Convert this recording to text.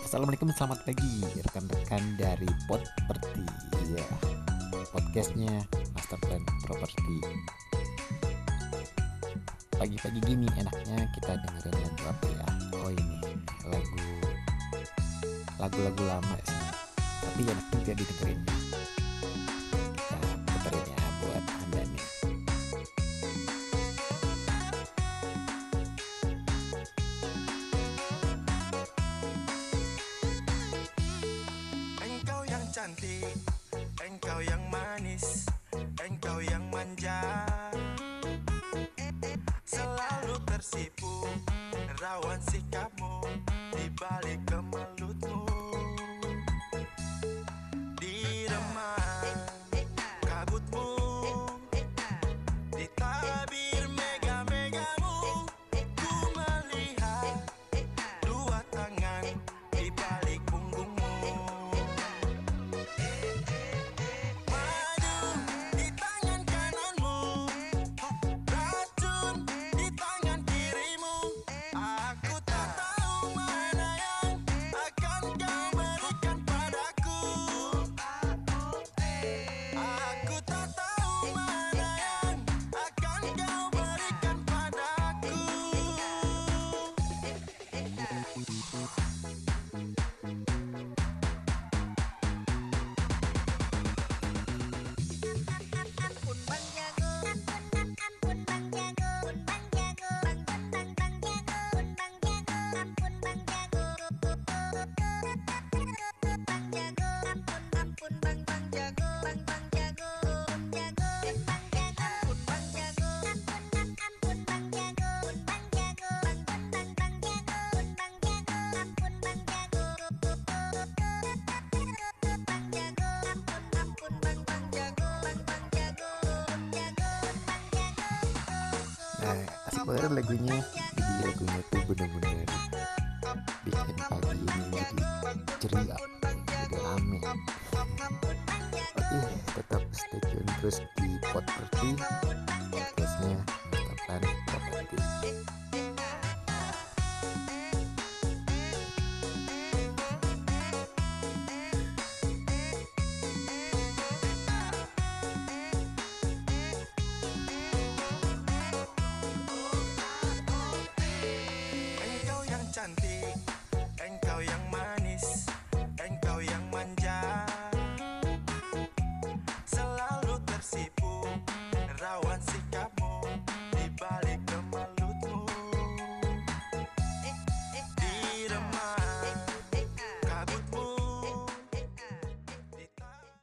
Assalamualaikum, selamat pagi rekan-rekan dari Podperti. Ya, podcastnya Master Plan Properti. Pagi-pagi gini enaknya kita dengerin lagu apa ya? Oh ini lagu-lagu lama sih, tapi enak juga didengerin. Kita puterin ya buat anda nih. Engkau yang cantik, engkau yang manis, engkau yang manja, selalu tersipu rawan sikapmu di balik kemelutmu. Di remang kabutmu, di tabir mega-megamu, ku melihat dua tangan di balik punggungmu. Madu di tangan kananmu, racun di tangan kirimu. Aku tak tahu mana yang akan kau berikan padaku. Aku tak tahu mana yang akan kau berikan padaku. Ampun Bang Jago, ampun Bang Jago, Bang Jago, Bang Jago, Bang Jago, ampun Bang Jago, Bang Jago, ampun Bang Jago, Bang Jago, Jago, Bang Jago, ampun Bang Jago, ampun Bang Jago, Bang Jago, Bang Jago, Bang Jago, ampun Bang Jago, Bang Jago, ampun Bang Jago, Bang Jago, Jago, Bang Jago. Nah, asik banget lagunya. Jadi lagunya tuh bener-bener bikin pagi ini jadi ceria, jadi rame. Oke, tetap stay tune terus